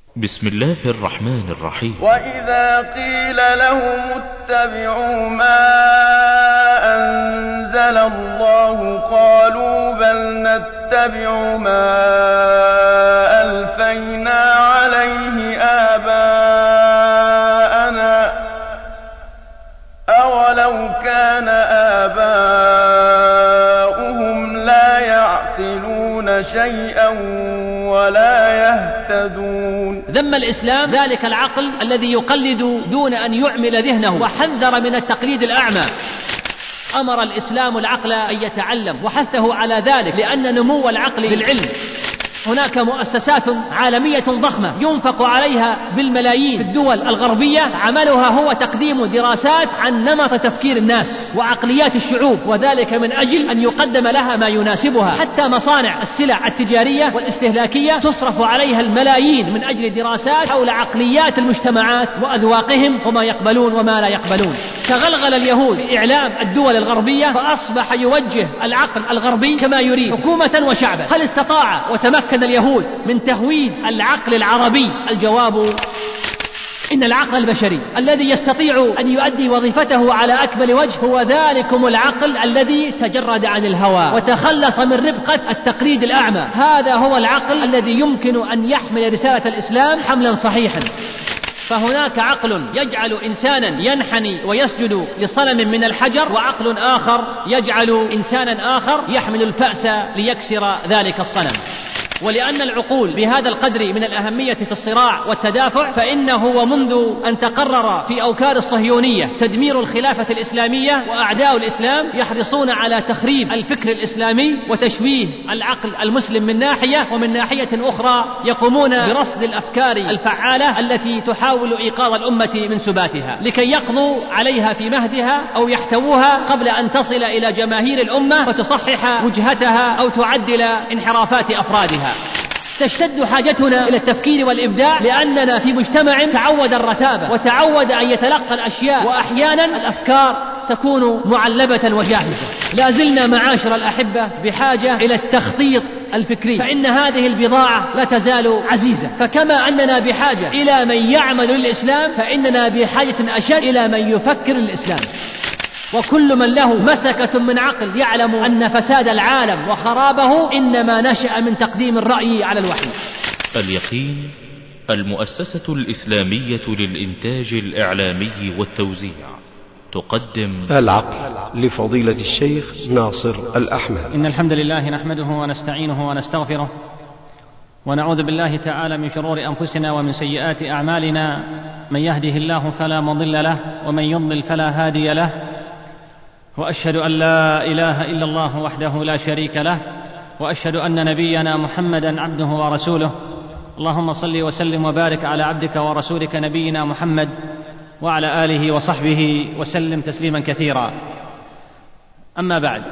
بسم الله الرحمن الرحيم. وإذا قيل لهم اتبعوا ما أنزل الله قالوا بل نتبع ما ألفينا عليه آباءنا أولو كان آباؤهم لا يعقلون شيئا ولا يهتدون. ذم الإسلام ذلك العقل الذي يقلد دون أن يعمل ذهنه، وحذر من التقليد الأعمى. أمر الإسلام العقل أن يتعلم وحثه على ذلك، لأن نمو العقل بالعلم. هناك مؤسسات عالمية ضخمة ينفق عليها بالملايين في الدول الغربية، عملها هو تقديم دراسات عن نمط تفكير الناس وعقليات الشعوب، وذلك من أجل أن يقدم لها ما يناسبها. حتى مصانع السلع التجارية والاستهلاكية تصرف عليها الملايين من أجل دراسات حول عقليات المجتمعات وأذواقهم وما يقبلون وما لا يقبلون. تغلغل اليهود في إعلام الدول الغربية، فأصبح يوجه العقل الغربي كما يريد حكومة وشعبا. هل استطاع وتمكن اليهود من تهويد العقل العربي؟ الجواب إن العقل البشري الذي يستطيع أن يؤدي وظيفته على أكمل وجه هو ذلكم العقل الذي تجرد عن الهوى وتخلص من ربقة التقليد الأعمى. هذا هو العقل الذي يمكن أن يحمل رسالة الإسلام حملا صحيحا. فهناك عقل يجعل إنسانا ينحني ويسجد لصنم من الحجر، وعقل آخر يجعل إنسانا آخر يحمل الفأس ليكسر ذلك الصنم. ولأن العقول بهذا القدر من الأهمية في الصراع والتدافع، فإنه ومنذ أن تقرر في أوكار الصهيونية تدمير الخلافة الإسلامية، وأعداء الإسلام يحرصون على تخريب الفكر الإسلامي وتشويه العقل المسلم من ناحية، ومن ناحية أخرى يقومون برصد الأفكار الفعالة التي تحاول إيقاظ الأمة من سباتها لكي يقضوا عليها في مهدها أو يحتووها قبل أن تصل إلى جماهير الأمة وتصحح وجهتها أو تعدل انحرافات أفرادها. تشتد حاجتنا إلى التفكير والإبداع، لأننا في مجتمع تعود الرتابة وتعود أن يتلقى الأشياء، وأحيانا الأفكار تكون معلبة وجاهزة. لا زلنا معاشر الأحبة بحاجة إلى التخطيط الفكري، فإن هذه البضاعة لا تزال عزيزة. فكما أننا بحاجة إلى من يعمل للإسلام، فإننا بحاجة أشد إلى من يفكر للإسلام. وكل من له مسكة من عقل يعلم أن فساد العالم وخرابه إنما نشأ من تقديم الرأي على الوحي. اليقين، المؤسسة الإسلامية للإنتاج الإعلامي والتوزيع، تقدم العقل لفضيلة الشيخ ناصر الأحمد. إن الحمد لله نحمده ونستعينه ونستغفره، ونعوذ بالله تعالى من شرور أنفسنا ومن سيئات أعمالنا. من يهده الله فلا مضل له، ومن يضلل فلا هادي له. وأشهد أن لا إله إلا الله وحده لا شريك له، وأشهد أن نبينا محمدا عبده ورسوله. اللهم صل وسلم وبارك على عبدك ورسولك نبينا محمد وعلى آله وصحبه وسلم تسليما كثيرا. أما بعد،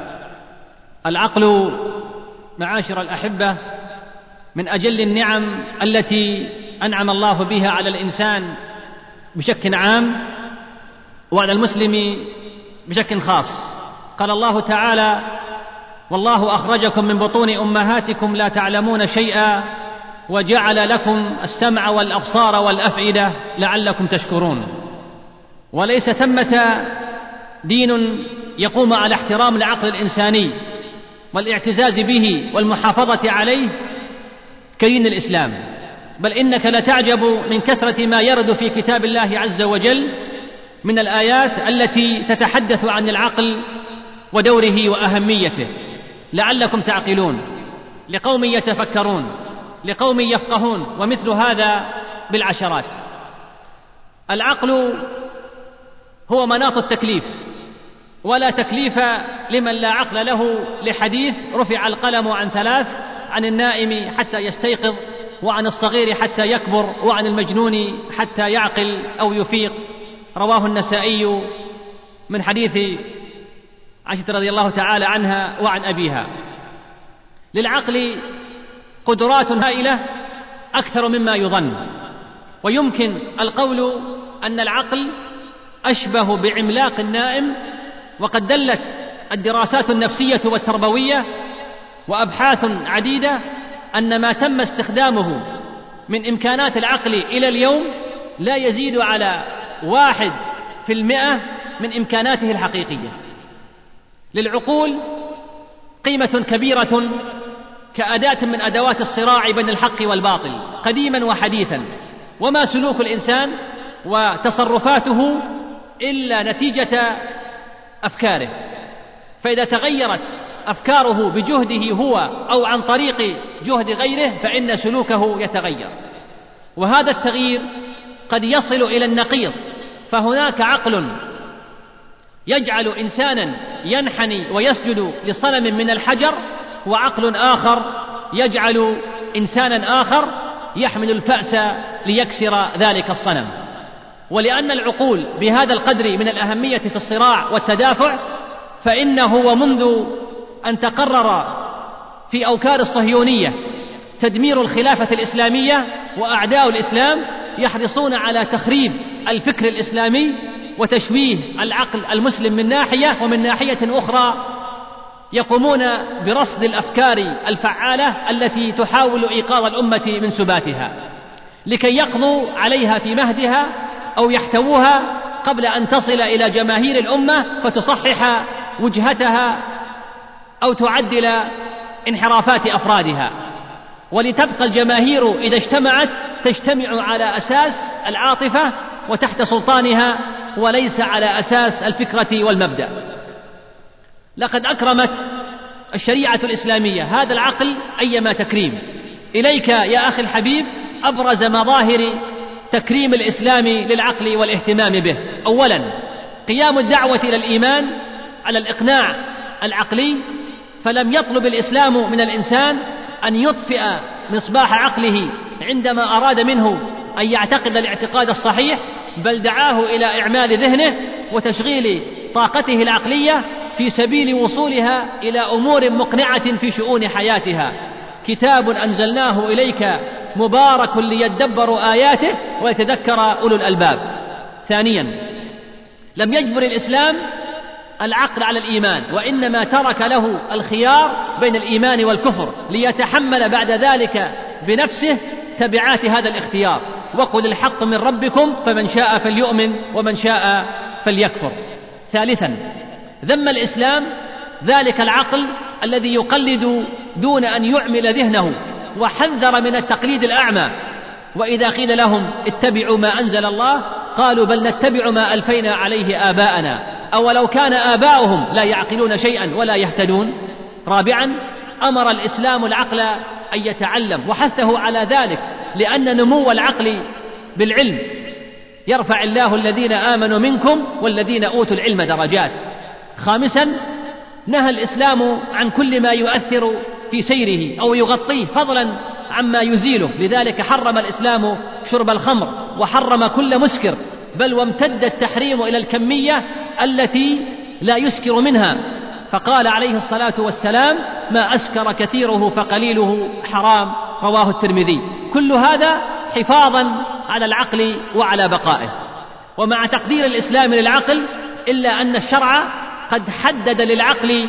العقل معاشر الأحبة من أجل النعم التي أنعم الله بها على الإنسان بشكل عام، وعلى المسلم بشكل خاص. قال الله تعالى: والله أخرجكم من بطون أمهاتكم لا تعلمون شيئا وجعل لكم السمع والأبصار والأفئدة لعلكم تشكرون. وليس ثمة دين يقوم على احترام العقل الإنساني والاعتزاز به والمحافظة عليه كدين الإسلام، بل إنك لتعجب من كثرة ما يرد في كتاب الله عز وجل من الآيات التي تتحدث عن العقل ودوره وأهميته، لعلكم تعقلون، لقوم يتفكرون، لقوم يفقهون، ومثل هذا بالعشرات. العقل هو مناط التكليف، ولا تكليف لمن لا عقل له، لحديث: رفع القلم عن ثلاث، عن النائم حتى يستيقظ، وعن الصغير حتى يكبر، وعن المجنون حتى يعقل أو يفيق. رواه النسائي من حديث عائشة رضي الله تعالى عنها وعن أبيها. للعقل قدرات هائلة أكثر مما يظن، ويمكن القول أن العقل أشبه بعملاق النائم، وقد دلت الدراسات النفسية والتربوية وأبحاث عديدة أن ما تم استخدامه من إمكانات العقل إلى اليوم لا يزيد على 1% من إمكاناته الحقيقية. للعقول قيمة كبيرة كأداة من أدوات الصراع بين الحق والباطل قديما وحديثا، وما سلوك الإنسان وتصرفاته إلا نتيجة أفكاره، فإذا تغيرت أفكاره بجهده هو أو عن طريق جهد غيره فإن سلوكه يتغير، وهذا التغيير قد يصل إلى النقيض، فهناك عقل يجعل إنسانا ينحني ويسجد لصنم من الحجر، وعقل آخر يجعل إنسانا آخر يحمل الفأس ليكسر ذلك الصنم. ولأن العقول بهذا القدر من الأهمية في الصراع والتدافع، فإنه ومنذ أن تقرر في أوكار الصهيونية تدمير الخلافة الإسلامية، وأعداء الإسلام يحرصون على تخريب الفكر الإسلامي وتشويه العقل المسلم من ناحية، ومن ناحية أخرى يقومون برصد الأفكار الفعالة التي تحاول إيقاظ الأمة من سباتها لكي يقضوا عليها في مهدها أو يحتووها قبل أن تصل إلى جماهير الأمة فتصحح وجهتها أو تعدل انحرافات أفرادها، ولتبقى الجماهير إذا اجتمعت تجتمع على أساس العاطفة وتحت سلطانها وليس على أساس الفكرة والمبدأ. لقد أكرمت الشريعة الإسلامية هذا العقل أيما تكريم. إليك يا أخي الحبيب أبرز مظاهر تكريم الإسلام للعقل والاهتمام به: أولا قيام الدعوة إلى الإيمان على الإقناع العقلي، فلم يطلب الإسلام من الإنسان أن يطفئ مصباح عقله عندما أراد منه أن يعتقد الاعتقاد الصحيح، بل دعاه إلى إعمال ذهنه وتشغيل طاقته العقلية في سبيل وصولها إلى أمور مقنعة في شؤون حياتها. كتاب أنزلناه إليك مبارك ليدبروا آياته ويتذكر أولو الألباب. ثانيا لم يجبر الإسلام العقل على الإيمان، وإنما ترك له الخيار بين الإيمان والكفر ليتحمل بعد ذلك بنفسه تبعات هذا الاختيار. وقل الحق من ربكم فمن شاء فليؤمن ومن شاء فليكفر. ثالثا ذم الإسلام ذلك العقل الذي يقلد دون أن يعمل ذهنه، وحذر من التقليد الأعمى. وإذا قيل لهم اتبعوا ما أنزل الله قالوا بل نتبع ما ألفينا عليه آباءنا أولو كان آباؤهم لا يعقلون شيئا ولا يهتدون. رابعا أمر الإسلام العقل أن يتعلم وحثه على ذلك، لأن نمو العقل بالعلم يرفع الله الذين آمنوا منكم والذين أوتوا العلم درجات. خامسا نهى الإسلام عن كل ما يؤثر في سيره أو يغطيه فضلا عما يزيله، لذلك حرم الإسلام شرب الخمر وحرم كل مسكر، بل وامتد التحريم إلى الكمية التي لا يسكر منها، فقال عليه الصلاة والسلام ما أسكر كثيره فقليله حرام، رواه الترمذي. كل هذا حفاظا على العقل وعلى بقائه. ومع تقدير الإسلام للعقل إلا أن الشرع قد حدد للعقل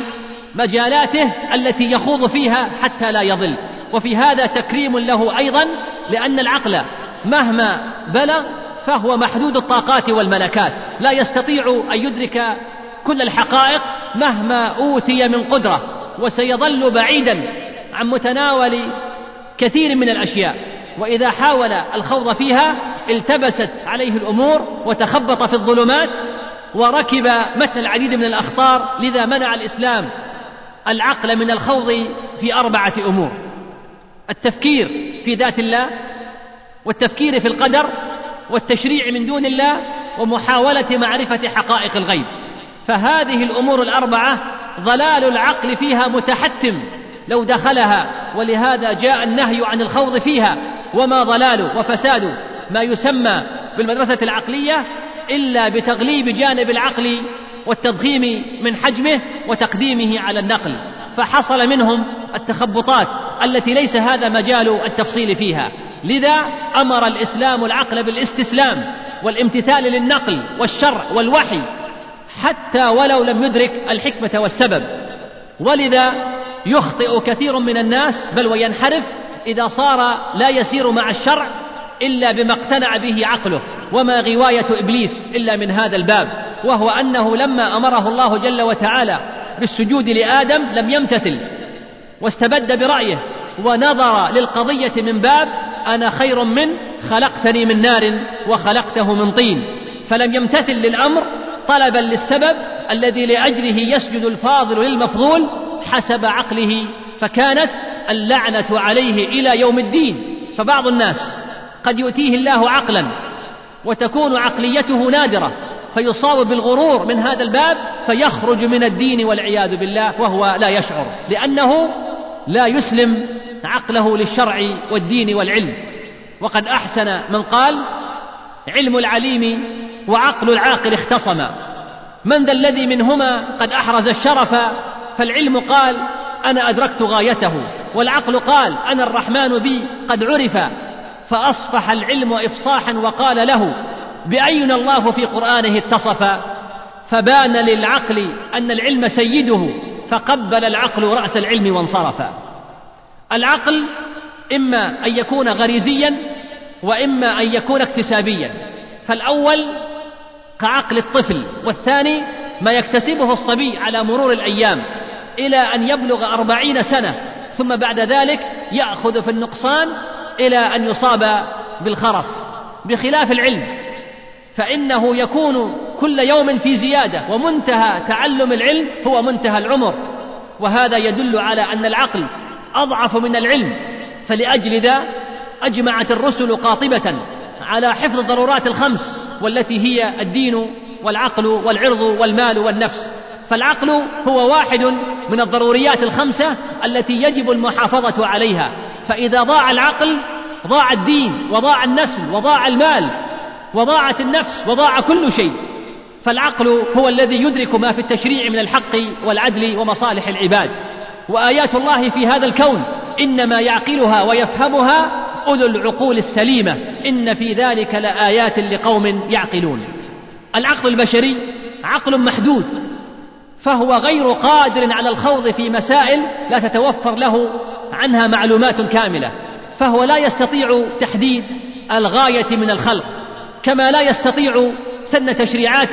مجالاته التي يخوض فيها حتى لا يضل، وفي هذا تكريم له أيضا، لأن العقل مهما بلغ فهو محدود الطاقات والملكات، لا يستطيع أن يدرك كل الحقائق مهما أوتي من قدرة، وسيظل بعيدا عن متناول كثير من الأشياء، وإذا حاول الخوض فيها التبست عليه الأمور وتخبط في الظلمات وركب متن العديد من الأخطار. لذا منع الإسلام العقل من الخوض في 4 أمور: التفكير في ذات الله، والتفكير في القدر، والتشريع من دون الله، ومحاولة معرفة حقائق الغيب. فهذه الأمور 4 ضلال العقل فيها متحتم لو دخلها، ولهذا جاء النهي عن الخوض فيها. وما ضلال وفساد ما يسمى بالمدرسة العقلية إلا بتغليب جانب العقل والتضخيم من حجمه وتقديمه على النقل، فحصل منهم التخبطات التي ليس هذا مجال التفصيل فيها. لذا أمر الإسلام العقل بالاستسلام والامتثال للنقل والشرع والوحي حتى ولو لم يدرك الحكمة والسبب. ولذا يخطئ كثير من الناس بل وينحرف إذا صار لا يسير مع الشرع إلا بما اقتنع به عقله، وما غواية إبليس إلا من هذا الباب، وهو أنه لما أمره الله جل وتعالى بالسجود لآدم لم يمتثل، واستبد برأيه ونظر للقضية من باب أنا خير منه خلقتني من نار وخلقته من طين، فلم يمتثل للأمر طلبا للسبب الذي لأجله يسجد الفاضل للمفضول حسب عقله، فكانت اللعنة عليه إلى يوم الدين. فبعض الناس قد يؤتيه الله عقلا وتكون عقليته نادرة فيصاب بالغرور من هذا الباب فيخرج من الدين والعياذ بالله وهو لا يشعر، لأنه لا يسلم عقله للشرع والدين والعلم. وقد أحسن من قال: علم العليم وعقل العاقل اختصما، من ذا الذي منهما قد أحرز الشرف؟ فالعلم قال: أنا أدركت غايته، والعقل قال: أنا الرحمن بي قد عرف، فأصفح العلم إفصاحا وقال له: بأينا الله في قرآنه اتصف، فبان للعقل أن العلم سيده، فقبل العقل رأس العلم وانصرف. العقل إما أن يكون غريزيا وإما أن يكون اكتسابيا، فالأول كعقل الطفل، والثاني ما يكتسبه الصبي على مرور الأيام إلى أن يبلغ 40 سنة، ثم بعد ذلك يأخذ في النقصان إلى أن يصاب بالخرف، بخلاف العلم فإنه يكون كل يوم في زيادة، ومنتهى تعلم العلم هو منتهى العمر، وهذا يدل على أن العقل أضعف من العلم. فلأجل ذا أجمعت الرسل قاطبة على حفظ الضرورات الخمس، والتي هي الدين والعقل والعرض والمال والنفس، فالعقل هو واحد من الضروريات الخمسة التي يجب المحافظة عليها، فإذا ضاع العقل ضاع الدين وضاع النسل وضاع المال وضاعت النفس وضاع كل شيء. فالعقل هو الذي يدرك ما في التشريع من الحق والعدل ومصالح العباد. وآيات الله في هذا الكون إنما يعقلها ويفهمها أولو العقول السليمة، إن في ذلك لآيات لقوم يعقلون. العقل البشري عقل محدود، فهو غير قادر على الخوض في مسائل لا تتوفر له عنها معلومات كاملة، فهو لا يستطيع تحديد الغاية من الخلق، كما لا يستطيع سن تشريعات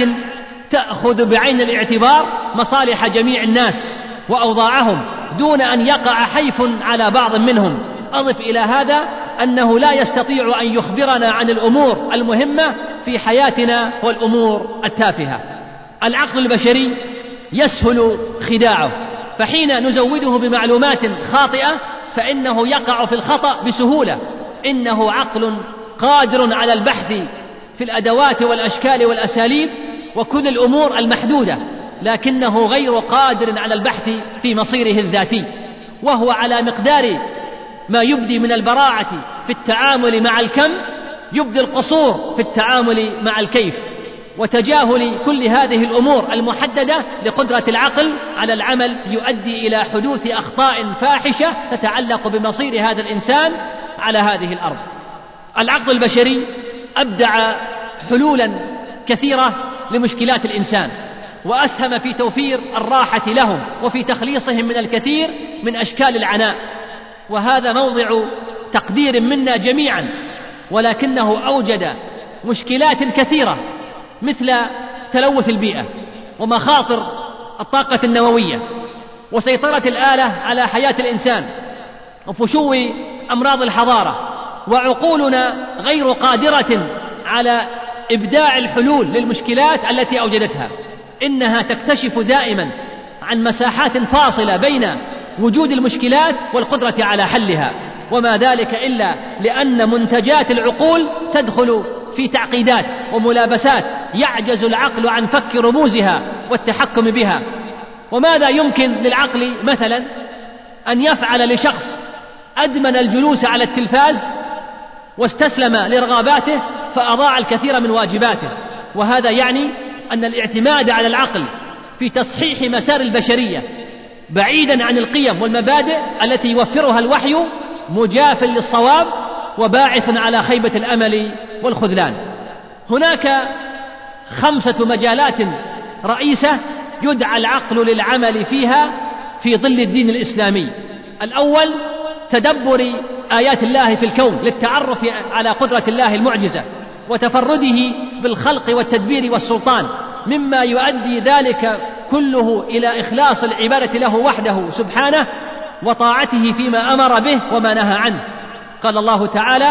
تأخذ بعين الاعتبار مصالح جميع الناس وأوضاعهم دون أن يقع حيف على بعض منهم. أضف إلى هذا أنه لا يستطيع أن يخبرنا عن الأمور المهمة في حياتنا والأمور التافهة. العقل البشري يسهل خداعه، فحين نزوده بمعلومات خاطئة فإنه يقع في الخطأ بسهولة. إنه عقل قادر على البحث في الأدوات والأشكال والأساليب وكل الأمور المحدودة، لكنه غير قادر على البحث في مصيره الذاتي، وهو على مقدار ما يبدي من البراعة في التعامل مع الكم يبدي القصور في التعامل مع الكيف، وتجاهل كل هذه الأمور المحددة لقدرة العقل على العمل يؤدي إلى حدوث أخطاء فاحشة تتعلق بمصير هذا الإنسان على هذه الأرض. العقل البشري أبدع حلولا كثيرة لمشكلات الإنسان، وأسهم في توفير الراحة لهم وفي تخليصهم من الكثير من أشكال العناء، وهذا موضع تقدير منا جميعا، ولكنه أوجد مشكلات كثيرة مثل تلوث البيئة ومخاطر الطاقة النووية وسيطرة الآلة على حياة الإنسان وفشو أمراض الحضارة، وعقولنا غير قادرة على إبداع الحلول للمشكلات التي أوجدتها. إنها تكتشف دائما عن مساحات فاصلة بين وجود المشكلات والقدرة على حلها، وما ذلك إلا لأن منتجات العقول تدخل في تعقيدات وملابسات يعجز العقل عن فك رموزها والتحكم بها. وماذا يمكن للعقل مثلا أن يفعل لشخص أدمن الجلوس على التلفاز واستسلم لرغباته فأضاع الكثير من واجباته؟ وهذا يعني أن الاعتماد على العقل في تصحيح مسار البشرية بعيدا عن القيم والمبادئ التي يوفرها الوحي مجاف للصواب وباعث على خيبة الأمل والخذلان. هناك 5 مجالات رئيسة يدعى العقل للعمل فيها في ظل الدين الإسلامي. الأول تدبر آيات الله في الكون للتعرف على قدرة الله المعجزة وتفرده بالخلق والتدبير والسلطان، مما يؤدي ذلك كله إلى إخلاص العبادة له وحده سبحانه وطاعته فيما أمر به وما نهى عنه. قال الله تعالى: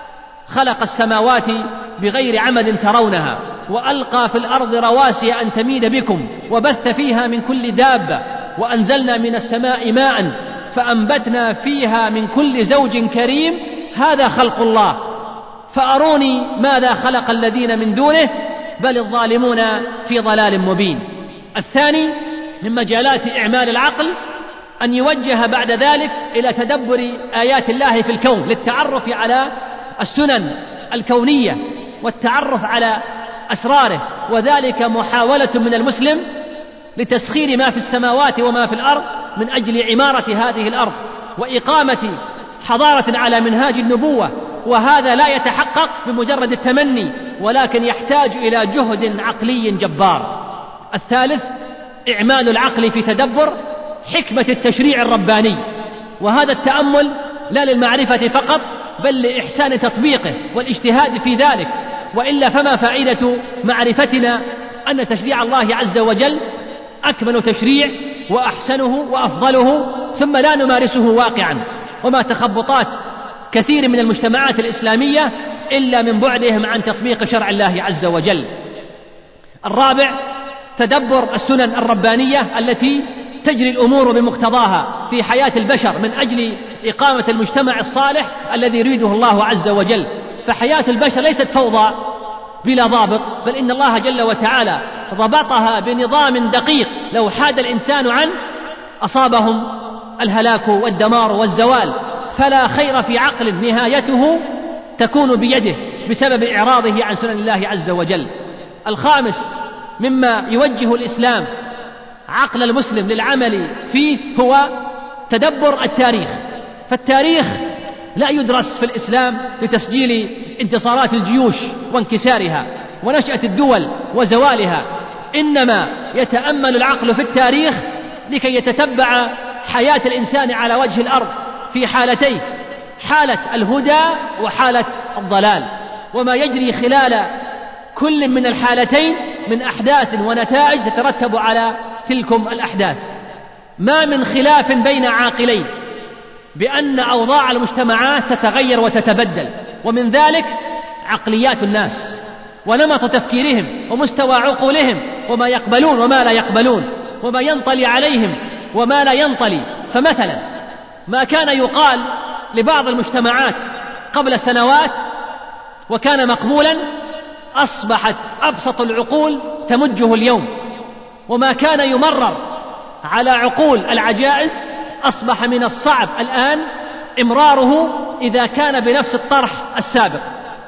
خلق السماوات بغير عمد ترونها وألقى في الأرض رواسي أن تميد بكم وبث فيها من كل دابة وأنزلنا من السماء ماء فأنبتنا فيها من كل زوج كريم هذا خلق الله فأروني ماذا خلق الذين من دونه بل الظالمون في ضلال مبين. الثاني من مجالات إعمال العقل أن يوجه بعد ذلك إلى تدبر آيات الله في الكون للتعرف على السنن الكونية والتعرف على أسراره، وذلك محاولة من المسلم لتسخير ما في السماوات وما في الأرض من أجل عمارة هذه الأرض وإقامة حضارة على منهاج النبوة، وهذا لا يتحقق بمجرد التمني ولكن يحتاج إلى جهد عقلي جبار. الثالث إعمال العقل في تدبر حكمة التشريع الرباني، وهذا التأمل لا للمعرفة فقط بل لإحسان تطبيقه والاجتهاد في ذلك، وإلا فما فائدة معرفتنا أن تشريع الله عز وجل أكمل تشريع وأحسنه وأفضله ثم لا نمارسه واقعا، وما تخبطات كثير من المجتمعات الإسلامية إلا من بعدهم عن تطبيق شرع الله عز وجل. الرابع تدبر السنن الربانية التي تجري الأمور بمقتضاها في حياة البشر من أجل إقامة المجتمع الصالح الذي يريده الله عز وجل. فحياة البشر ليست فوضى بلا ضابط، بل إن الله جل وتعالى ضبطها بنظام دقيق لو حاد الإنسان عنه أصابهم الهلاك والدمار والزوال، فلا خير في عقل نهايته تكون بيده بسبب إعراضه عن سنن الله عز وجل. الخامس مما يوجه الإسلام عقل المسلم للعمل فيه هو تدبر التاريخ، فالتاريخ لا يدرس في الإسلام لتسجيل انتصارات الجيوش وانكسارها ونشأة الدول وزوالها، إنما يتأمل العقل في التاريخ لكي يتتبع حياة الإنسان على وجه الأرض في حالتين: حالة الهدى وحالة الضلال، وما يجري خلال كل من الحالتين من أحداث ونتائج تترتب على تلكم الأحداث. ما من خلاف بين عاقلين بأن أوضاع المجتمعات تتغير وتتبدل، ومن ذلك عقليات الناس ونمط تفكيرهم ومستوى عقولهم وما يقبلون وما لا يقبلون وما ينطلي عليهم وما لا ينطلي. فمثلا ما كان يقال لبعض المجتمعات قبل سنوات وكان مقبولا أصبحت أبسط العقول تمجه اليوم، وما كان يمرر على عقول العجائز أصبح من الصعب الآن إمراره إذا كان بنفس الطرح السابق.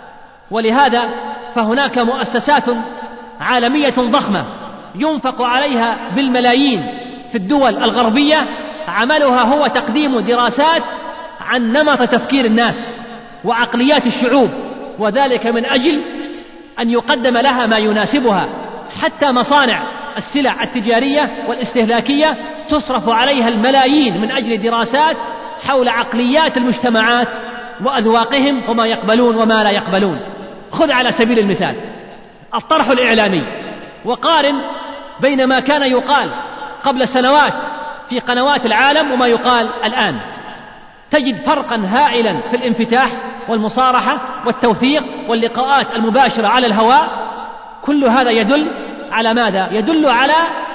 ولهذا فهناك مؤسسات عالمية ضخمة ينفق عليها بالملايين في الدول الغربية، عملها هو تقديم دراسات عن نمط تفكير الناس وعقليات الشعوب، وذلك من أجل أن يقدم لها ما يناسبها. حتى مصانع السلع التجارية والاستهلاكية تصرف عليها الملايين من أجل دراسات حول عقليات المجتمعات وأذواقهم وما يقبلون وما لا يقبلون. خذ على سبيل المثال الطرح الإعلامي، وقارن بين ما كان يقال قبل سنوات في قنوات العالم وما يقال الآن، تجد فرقا هائلا في الانفتاح والمصارحة والتوثيق واللقاءات المباشرة على الهواء. كل هذا يدل على ماذا؟ يدل على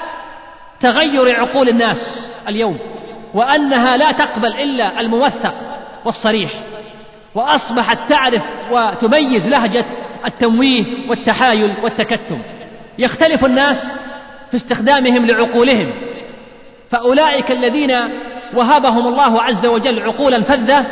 تغير عقول الناس اليوم، وأنها لا تقبل إلا الموثق والصريح، وأصبحت تعرف وتميز لهجة التمويه والتحايل والتكتم. يختلف الناس في استخدامهم لعقولهم، فأولئك الذين وهبهم الله عز وجل عقولا فذة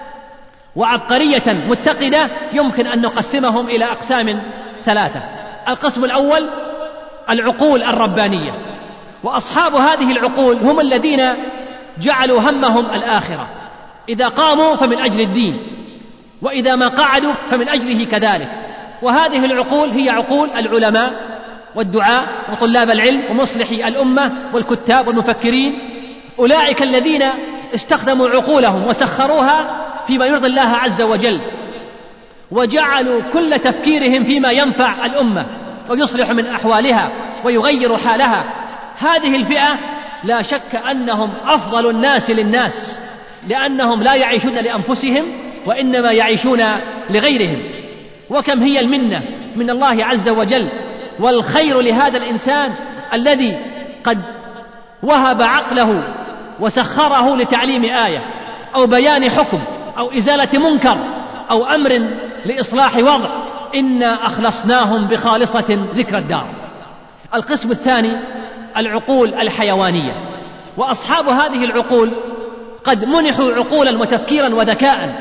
وعبقرية متقدة يمكن أن نقسمهم إلى أقسام ثلاثة. القسم الأول العقول الربانية، وأصحاب هذه العقول هم الذين جعلوا همهم الآخرة، إذا قاموا فمن أجل الدين، وإذا ما قعدوا فمن أجله كذلك. وهذه العقول هي عقول العلماء والدعاء وطلاب العلم ومصلحي الأمة والكتاب والمفكرين، أولئك الذين استخدموا عقولهم وسخروها فيما يرضي الله عز وجل، وجعلوا كل تفكيرهم فيما ينفع الأمة ويصلح من أحوالها ويغير حالها. هذه الفئة لا شك أنهم أفضل الناس للناس، لأنهم لا يعيشون لأنفسهم وإنما يعيشون لغيرهم. وكم هي المنة من الله عز وجل والخير لهذا الإنسان الذي قد وهب عقله وسخره لتعليم آية أو بيان حكم أو إزالة منكر أو أمر لإصلاح وضع. إنا أخلصناهم بخالصة ذكر الدار. القسم الثاني العقول الحيوانية، وأصحاب هذه العقول قد منحوا عقولا وتفكيرا وذكاء،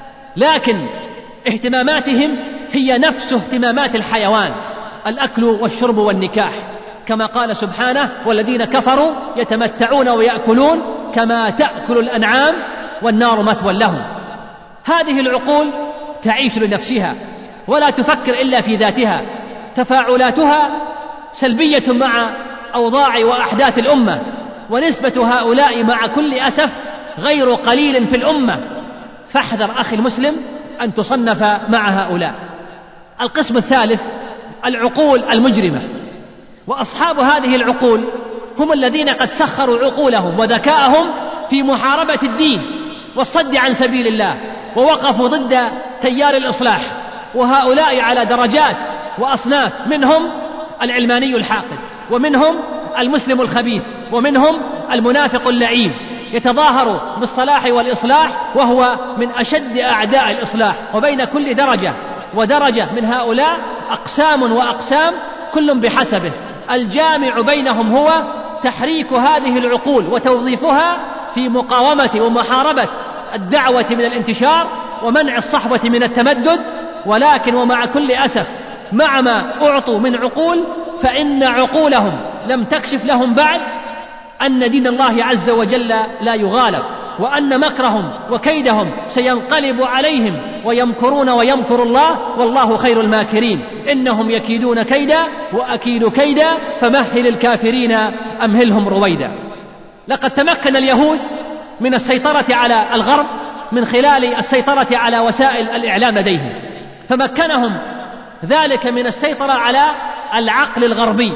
لكن اهتماماتهم هي نفس اهتمامات الحيوان، الأكل والشرب والنكاح، كما قال سبحانه: والذين كفروا يتمتعون ويأكلون كما تأكل الأنعام والنار مثوى لهم. هذه العقول تعيش لنفسها ولا تفكر إلا في ذاتها، تفاعلاتها سلبية مع أوضاع وأحداث الأمة، ونسبة هؤلاء مع كل أسف غير قليل في الأمة. فاحذر أخي المسلم أن تصنف مع هؤلاء. القسم الثالث العقول المجرمة، وأصحاب هذه العقول هم الذين قد سخروا عقولهم وذكاءهم في محاربة الدين والصد عن سبيل الله، ووقفوا ضد تيار الإصلاح. وهؤلاء على درجات وأصناف، منهم العلماني الحاقد، ومنهم المسلم الخبيث، ومنهم المنافق اللعين، يتظاهر بالصلاح والإصلاح وهو من أشد أعداء الإصلاح. وبين كل درجة ودرجة من هؤلاء أقسام وأقسام، كل بحسبه. الجامع بينهم هو تحريك هذه العقول وتوظيفها في مقاومة ومحاربة الدعوة من الانتشار ومنع الصحوة من التمدد. ولكن ومع كل أسف مع ما أعطوا من عقول، فإن عقولهم لم تكشف لهم بعد أن دين الله عز وجل لا يغالب، وأن مكرهم وكيدهم سينقلب عليهم، ويمكرون ويمكر الله والله خير الماكرين. إنهم يكيدون كيدا وأكيد كيدا فمهل الكافرين أمهلهم رويدا. لقد تمكن اليهود من السيطرة على الغرب من خلال السيطرة على وسائل الإعلام لديهم، فمكنهم ذلك من السيطرة على العقل الغربي.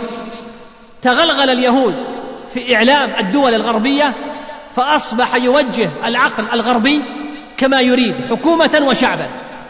تغلغل اليهود في إعلام الدول الغربية، فأصبح يوجه العقل الغربي كما يريد حكومة وشعبا،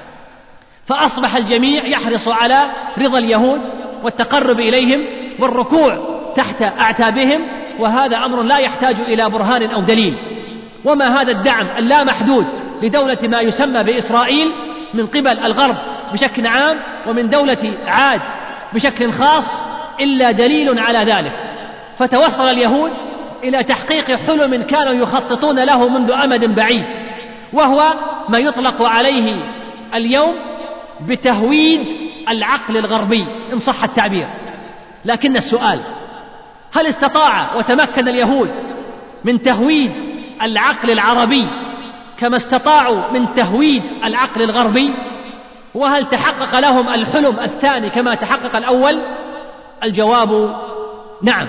فأصبح الجميع يحرص على رضا اليهود والتقرب إليهم والركوع تحت أعتابهم، وهذا أمر لا يحتاج إلى برهان أو دليل. وما هذا الدعم اللامحدود لدولة ما يسمى بإسرائيل من قبل الغرب بشكل عام، ومن دولة عاد بشكل خاص، إلا دليل على ذلك. فتوصل اليهود إلى تحقيق حلم كانوا يخططون له منذ أمد بعيد، وهو ما يطلق عليه اليوم بتهويد العقل الغربي إن صح التعبير. لكن السؤال: هل استطاع وتمكن اليهود من تهويد العقل العربي كما استطاعوا من تهويد العقل الغربي؟ وهل تحقق لهم الحلم الثاني كما تحقق الأول؟ الجواب نعم،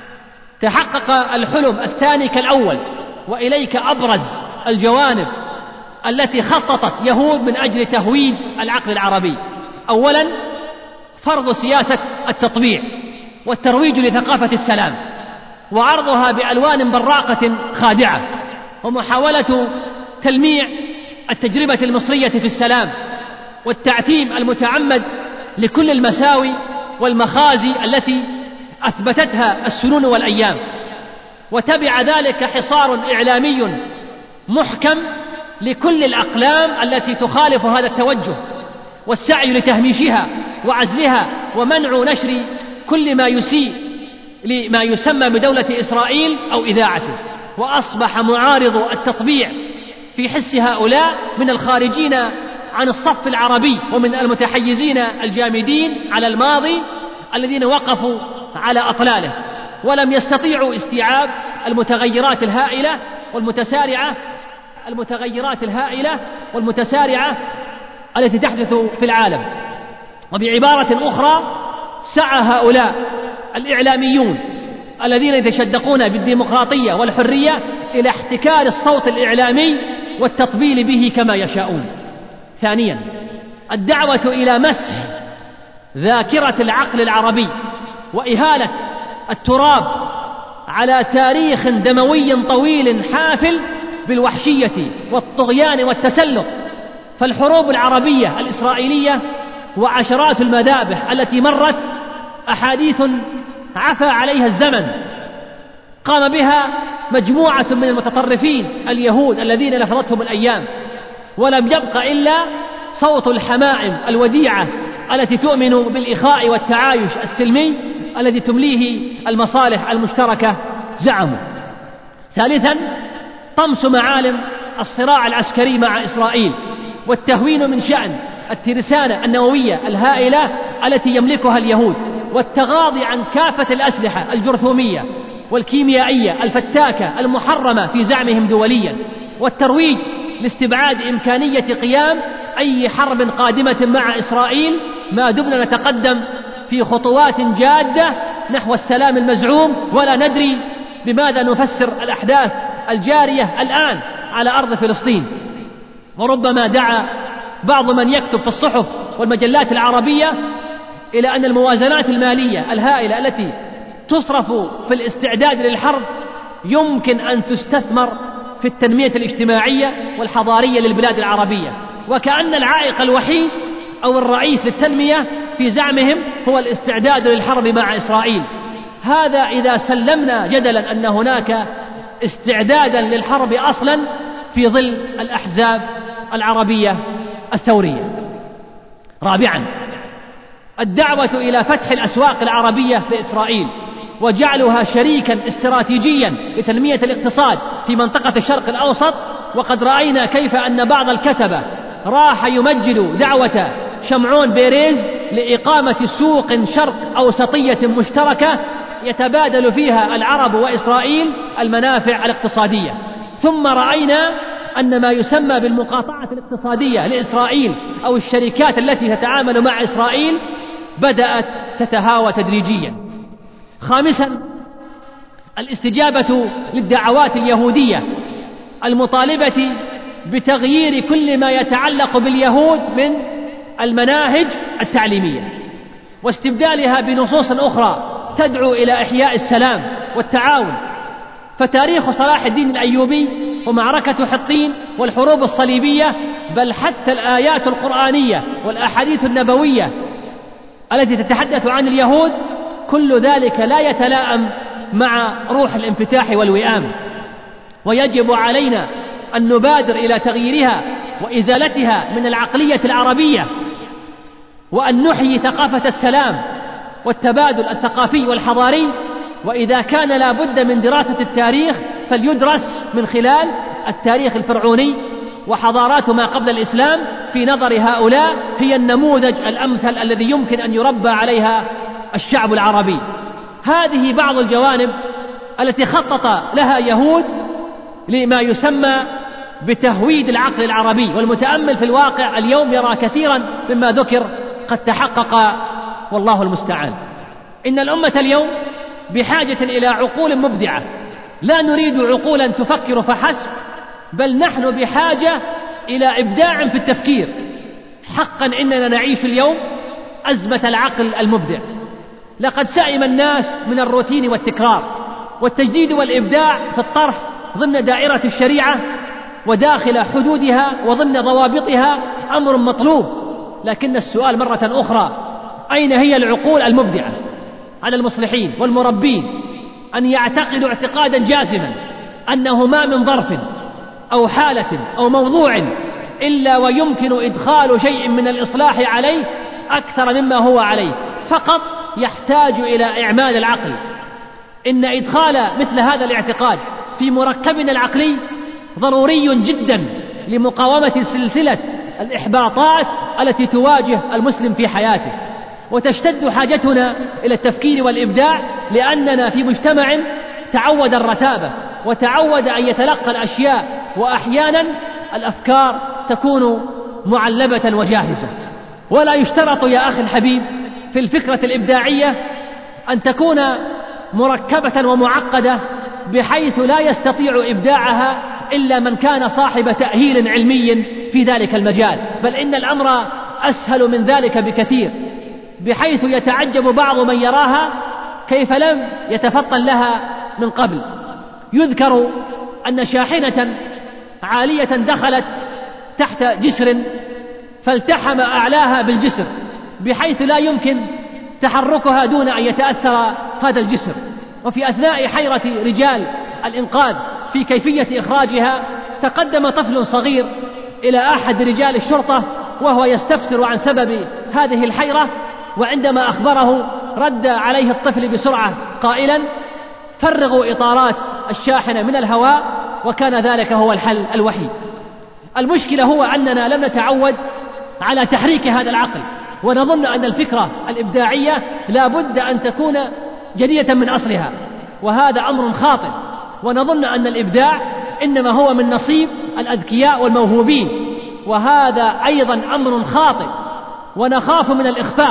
تحقق الحلم الثاني كالأول. وإليك أبرز الجوانب التي خططت يهود من أجل تهويد العقل العربي. أولا، فرض سياسة التطبيع والترويج لثقافة السلام، وعرضها بألوان براقة خادعة، ومحاولة تلميع التجربة المصرية في السلام، والتعتيم المتعمد لكل المساوي والمخازي التي أثبتتها السنون والأيام. وتبع ذلك حصار إعلامي محكم لكل الأقلام التي تخالف هذا التوجه، والسعي لتهميشها وعزلها ومنع نشر كل ما يسيء لما يسمى بدولة إسرائيل أو إذاعته. وأصبح معارض التطبيع في حس هؤلاء من الخارجين عن الصف العربي ومن المتحيزين الجامدين على الماضي الذين وقفوا على أطلاله ولم يستطيعوا استيعاب المتغيرات الهائلة التي تحدث في العالم. وبعبارة أخرى، سعى هؤلاء الإعلاميون الذين يتشدقون بالديمقراطية والحرية إلى احتكار الصوت الإعلامي والتطبيل به كما يشاءون. ثانيا، الدعوة إلى مسح ذاكرة العقل العربي وإهالة التراب على تاريخ دموي طويل حافل بالوحشية والطغيان والتسلط. فالحروب العربية الإسرائيلية وعشرات المذابح التي مرت أحاديث عفى عليها الزمن، قام بها مجموعة من المتطرفين اليهود الذين لفظتهم الأيام، ولم يبق إلا صوت الحمائم الوديعة التي تؤمن بالإخاء والتعايش السلمي الذي تمليه المصالح المشتركة زعموا. ثالثا، طمس معالم الصراع العسكري مع إسرائيل والتهوين من شأن الترسانة النووية الهائلة التي يملكها اليهود، والتغاضي عن كافة الأسلحة الجرثومية والكيميائية الفتاكة المحرمة في زعمهم دوليا، والترويج لاستبعاد إمكانية قيام أي حرب قادمة مع إسرائيل ما دمنا نتقدم في خطوات جادة نحو السلام المزعوم، ولا ندري بماذا نفسر الأحداث الجارية الآن على أرض فلسطين. وربما دعا بعض من يكتب في الصحف والمجلات العربية إلى أن الموازنات المالية الهائلة التي تصرف في الاستعداد للحرب يمكن أن تستثمر في التنمية الاجتماعية والحضارية للبلاد العربية، وكأن العائق الوحيد أو الرئيس للتنمية في زعمهم هو الاستعداد للحرب مع إسرائيل. هذا إذا سلمنا جدلا أن هناك استعدادا للحرب أصلا في ظل الأحزاب العربية الثورية. رابعا، الدعوة إلى فتح الأسواق العربية لإسرائيل وجعلها شريكا استراتيجيا لتنمية الاقتصاد في منطقة الشرق الأوسط. وقد رأينا كيف أن بعض الكتبة راح يمجد دعوة شمعون بيريز لإقامة سوق شرق أوسطية مشتركة يتبادل فيها العرب وإسرائيل المنافع الاقتصادية. ثم رأينا أن ما يسمى بالمقاطعة الاقتصادية لإسرائيل أو الشركات التي تتعامل مع إسرائيل بدأت تتهاوى تدريجيا. خامسا، الاستجابة للدعوات اليهودية المطالبة بتغيير كل ما يتعلق باليهود من المناهج التعليمية واستبدالها بنصوص أخرى تدعو إلى إحياء السلام والتعاون. فتاريخ صلاح الدين الأيوبي ومعركة حطين والحروب الصليبية، بل حتى الآيات القرآنية والأحاديث النبوية التي تتحدث عن اليهود، كل ذلك لا يتلائم مع روح الانفتاح والوئام، ويجب علينا أن نبادر إلى تغييرها وإزالتها من العقلية العربية، وأن نحيي ثقافة السلام والتبادل الثقافي والحضاري. وإذا كان لا بد من دراسة التاريخ فليدرس من خلال التاريخ الفرعوني وحضارات ما قبل الإسلام. في نظر هؤلاء هي النموذج الأمثل الذي يمكن أن يربى عليها الشعب العربي. هذه بعض الجوانب التي خطط لها يهود لما يسمى بتهويد العقل العربي، والمتأمل في الواقع اليوم يرى كثيرا مما ذكر قد تحقق، والله المستعان. إن الأمة اليوم بحاجة إلى عقول مبدعة، لا نريد عقولا تفكر فحسب، بل نحن بحاجة إلى إبداع في التفكير. حقا إننا نعيش اليوم أزمة العقل المبدع. لقد سئم الناس من الروتين والتكرار، والتجديد والإبداع في الطرح ضمن دائرة الشريعة وداخل حدودها وضمن ضوابطها أمر مطلوب. لكن السؤال مرة أخرى، أين هي العقول المبدعة؟ على المصلحين والمربين أن يعتقدوا اعتقادا جازما أنه ما من ظرف أو حالة أو موضوع إلا ويمكن إدخال شيء من الإصلاح عليه أكثر مما هو عليه، فقط يحتاج إلى إعمال العقل. إن إدخال مثل هذا الاعتقاد في مركبنا العقلي ضروري جدا لمقاومة سلسلة الإحباطات التي تواجه المسلم في حياته. وتشتد حاجتنا إلى التفكير والإبداع، لأننا في مجتمع تعود الرتابة وتعود أن يتلقى الأشياء، وأحيانا الأفكار تكون معلبة وجاهزة. ولا يشترط يا أخي الحبيب في الفكرة الإبداعية أن تكون مركبة ومعقدة بحيث لا يستطيع إبداعها إلا من كان صاحب تأهيل علمي في ذلك المجال، بل إن الأمر أسهل من ذلك بكثير، بحيث يتعجب بعض من يراها كيف لم يتفطن لها من قبل. يذكر أن شاحنة عالية دخلت تحت جسر فالتحم أعلاها بالجسر بحيث لا يمكن تحركها دون أن يتأثر هذا الجسر، وفي أثناء حيرة رجال الإنقاذ في كيفية إخراجها تقدم طفل صغير إلى أحد رجال الشرطة وهو يستفسر عن سبب هذه الحيرة، وعندما أخبره رد عليه الطفل بسرعة قائلا: فرغوا إطارات الشاحنة من الهواء، وكان ذلك هو الحل الوحيد. المشكلة هو أننا لم نتعود على تحريك هذا العقل، ونظن أن الفكرة الإبداعية لا بد أن تكون جديدة من أصلها، وهذا أمر خاطئ، ونظن أن الإبداع إنما هو من نصيب الأذكياء والموهوبين، وهذا أيضا أمر خاطئ، ونخاف من الإخفاق،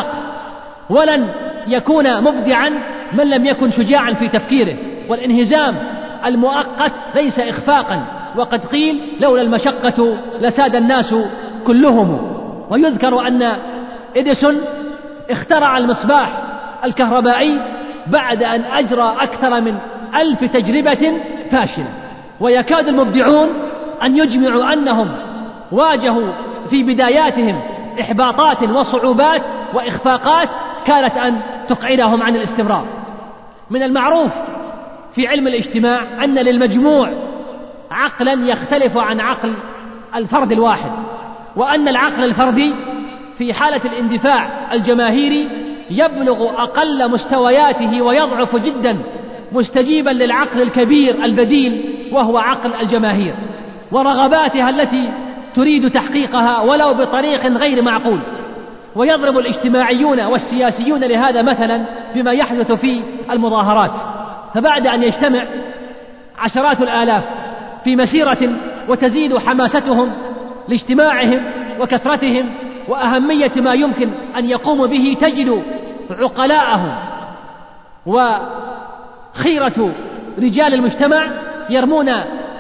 ولن يكون مبدعا من لم يكن شجاعا في تفكيره. والانهزام المؤقت ليس إخفاقا، وقد قيل: لولا المشقة لساد الناس كلهم. ويذكر أن إديسون اخترع المصباح الكهربائي بعد أن أجرى أكثر من 1000 تجربة فاشلة، ويكاد المبدعون أن يجمعوا أنهم واجهوا في بداياتهم إحباطات وصعوبات وإخفاقات كانت أن تقعدهم عن الاستمرار. من المعروف في علم الاجتماع أن للمجموع عقلا يختلف عن عقل الفرد الواحد، وأن العقل الفردي في حالة الاندفاع الجماهيري يبلغ أقل مستوياته ويضعف جدا مستجيبا للعقل الكبير البديل وهو عقل الجماهير ورغباتها التي تريد تحقيقها ولو بطريق غير معقول. ويضرب الاجتماعيون والسياسيون لهذا مثلا بما يحدث في المظاهرات، فبعد أن يجتمع عشرات الآلاف في مسيرة وتزيد حماستهم لاجتماعهم وكثرتهم وأهمية ما يمكن أن يقوموا به، تجد عقلاءهم وخيرة رجال المجتمع يرمون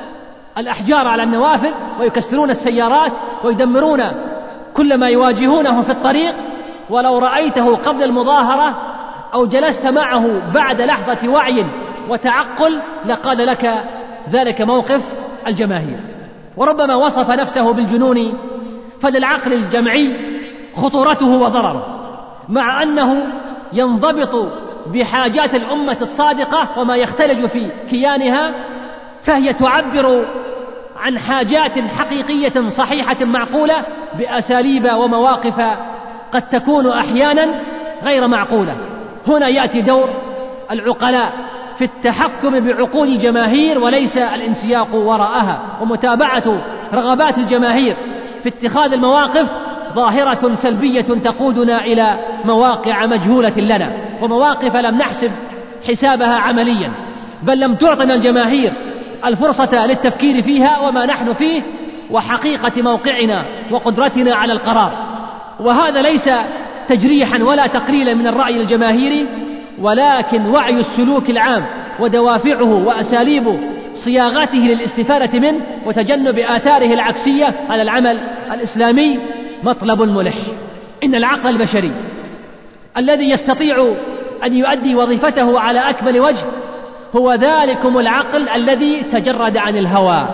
الأحجار على النوافذ ويكسرون السيارات ويدمرون كل ما يواجهونه في الطريق، ولو رأيته قبل المظاهرة أو جلست معه بعد لحظة وعي وتعقل لقال لك ذلك موقف الجماهير. وربما وصف نفسه بالجنون، فللعقل الجمعي خطورته وضرره، مع أنه ينضبط بحاجات الأمة الصادقة وما يختلج في كيانها، فهي تعبر عن حاجات حقيقية صحيحة معقولة بأساليب ومواقف قد تكون أحيانا غير معقولة. هنا يأتي دور العقلاء في التحكم بعقول الجماهير وليس الانسياق وراءها، ومتابعة رغبات الجماهير في اتخاذ المواقف ظاهرة سلبية تقودنا إلى مواقع مجهولة لنا، ومواقف لم نحسب حسابها عمليا، بل لم تعطنا الجماهير الفرصة للتفكير فيها وما نحن فيه وحقيقة موقعنا وقدرتنا على القرار. وهذا ليس تجريحا ولا تقليلا من الرأي الجماهيري، ولكن وعي السلوك العام ودوافعه وأساليب صياغته للاستفادة منه وتجنب آثاره العكسية على العمل الإسلامي مطلب ملح. إن العقل البشري الذي يستطيع أن يؤدي وظيفته على أكمل وجه هو ذلكم العقل الذي تجرد عن الهوى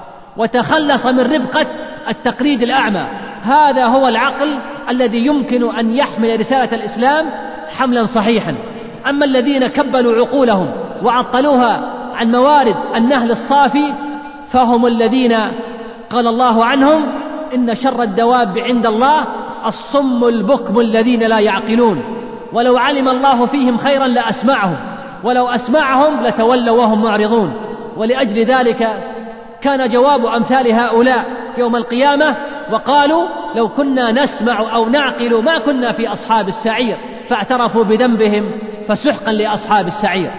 وتخلص من ربقة التقليد الأعمى. هذا هو العقل الذي يمكن أن يحمل رسالة الإسلام حملا صحيحا. أما الذين كبلوا عقولهم وعطلوها عن موارد النهل الصافي فهم الذين قال الله عنهم: إن شر الدواب عند الله الصم البكم الذين لا يعقلون، ولو علم الله فيهم خيرا لأسمعهم، ولو أسمعهم لتولوا وهم معرضون. ولأجل ذلك كان جواب أمثال هؤلاء يوم القيامة وقالوا: لو كنا نسمع أو نعقل ما كنا في أصحاب السعير، فاعترفوا بذنبهم فسحقا لأصحاب السعير.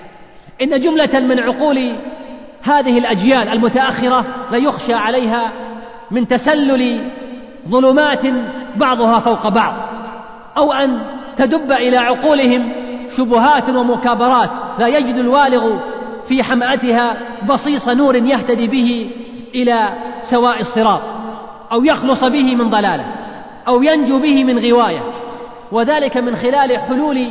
إن جملة من عقول هذه الأجيال المتأخرة ليخشى عليها من تسلل ظلمات بعضها فوق بعض، أو أن تدب إلى عقولهم شبهات ومكابرات لا يجد الوالغ في حمأتها بصيص نور يهتدي به إلى سواء الصراط، أو يخلص به من ضلالة، أو ينجو به من غواية، وذلك من خلال حلول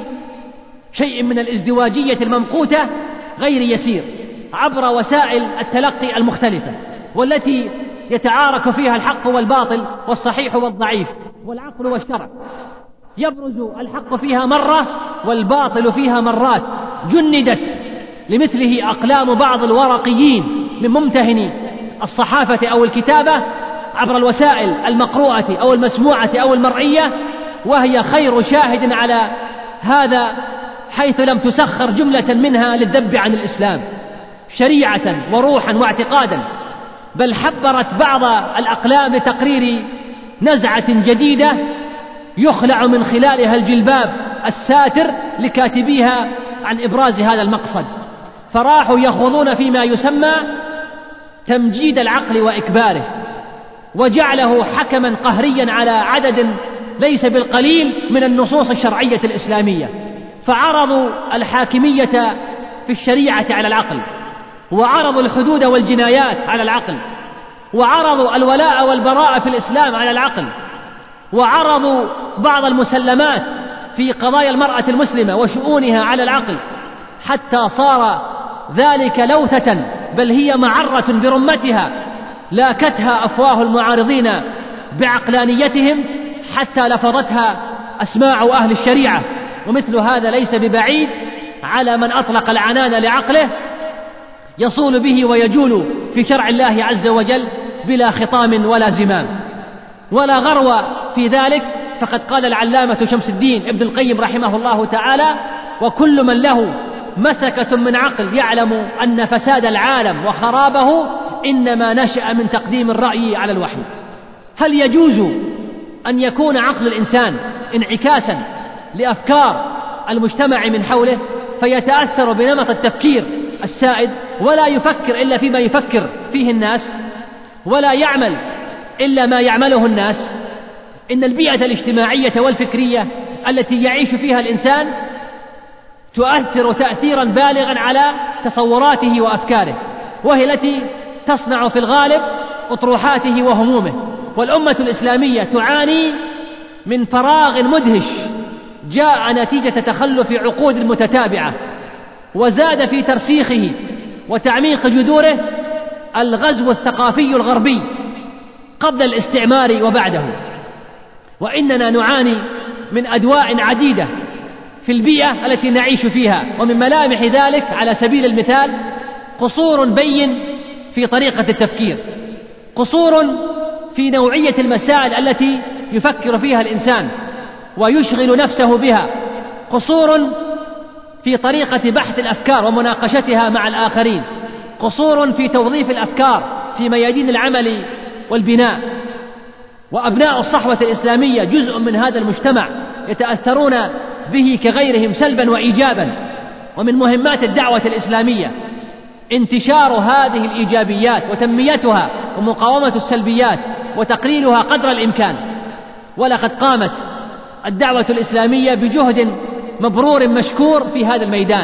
شيء من الازدواجية الممقوتة غير يسير عبر وسائل التلقي المختلفة، والتي يتعارك فيها الحق والباطل والصحيح والضعيف والعقل والشرع، يبرز الحق فيها مرة والباطل فيها مرات، جندت لمثله أقلام بعض الورقيين من ممتهني الصحافة أو الكتابة عبر الوسائل المقروءة أو المسموعة أو المرئية، وهي خير شاهد على هذا، حيث لم تسخر جملة منها للذب عن الإسلام شريعة وروحا واعتقادا، بل حبرت بعض الأقلام لتقرير نزعة جديدة يخلع من خلالها الجلباب الساتر لكاتبيها عن إبراز هذا المقصد، فراحوا يخوضون فيما يسمى تمجيد العقل وإكباره، وجعله حكما قهريا على عدد ليس بالقليل من النصوص الشرعية الإسلامية، فعرضوا الحاكمية في الشريعة على العقل، وعرضوا الحدود والجنايات على العقل، وعرضوا الولاء والبراء في الإسلام على العقل، وعرضوا بعض المسلمات في قضايا المرأة المسلمة وشؤونها على العقل، حتى صار ذلك لوثة بل هي معرة برمتها لاكتها أفواه المعارضين بعقلانيتهم حتى لفظتها أسماع أهل الشريعة. ومثل هذا ليس ببعيد على من أطلق العنان لعقله يصول به ويجول في شرع الله عز وجل بلا خطام ولا زمام ولا غرو في ذلك. فقد قال العلامة شمس الدين ابن القيم رحمه الله تعالى: وكل من له مسكة من عقل يعلم أن فساد العالم وخرابه إنما نشأ من تقديم الرأي على الوحي. هل يجوز أن يكون عقل الإنسان انعكاسا لأفكار المجتمع من حوله فيتأثر بنمط التفكير السائد ولا يفكر إلا فيما يفكر فيه الناس ولا يعمل إلا ما يعمله الناس؟ إن البيئة الاجتماعية والفكرية التي يعيش فيها الإنسان تؤثر تأثيرا بالغا على تصوراته وأفكاره، وهي التي تصنع في الغالب أطروحاته وهمومه. والأمة الإسلامية تعاني من فراغ مدهش جاء نتيجة تخلف عقود متتابعة، وزاد في ترسيخه وتعميق جذوره الغزو الثقافي الغربي قبل الاستعمار وبعده. وإننا نعاني من أدواء عديدة في البيئة التي نعيش فيها، ومن ملامح ذلك على سبيل المثال قصور بين في طريقة التفكير، قصور في نوعية المسائل التي يفكر فيها الإنسان ويشغل نفسه بها، قصور في طريقة بحث الأفكار ومناقشتها مع الآخرين، قصور في توظيف الأفكار في ميادين العمل والبناء. وأبناء الصحوة الإسلامية جزء من هذا المجتمع يتأثرون به كغيرهم سلبا وإيجابا. ومن مهمات الدعوة الإسلامية انتشار هذه الإيجابيات وتنميتها ومقاومة السلبيات وتقليلها قدر الإمكان. ولقد قامت الدعوة الإسلامية بجهد مبرور مشكور في هذا الميدان،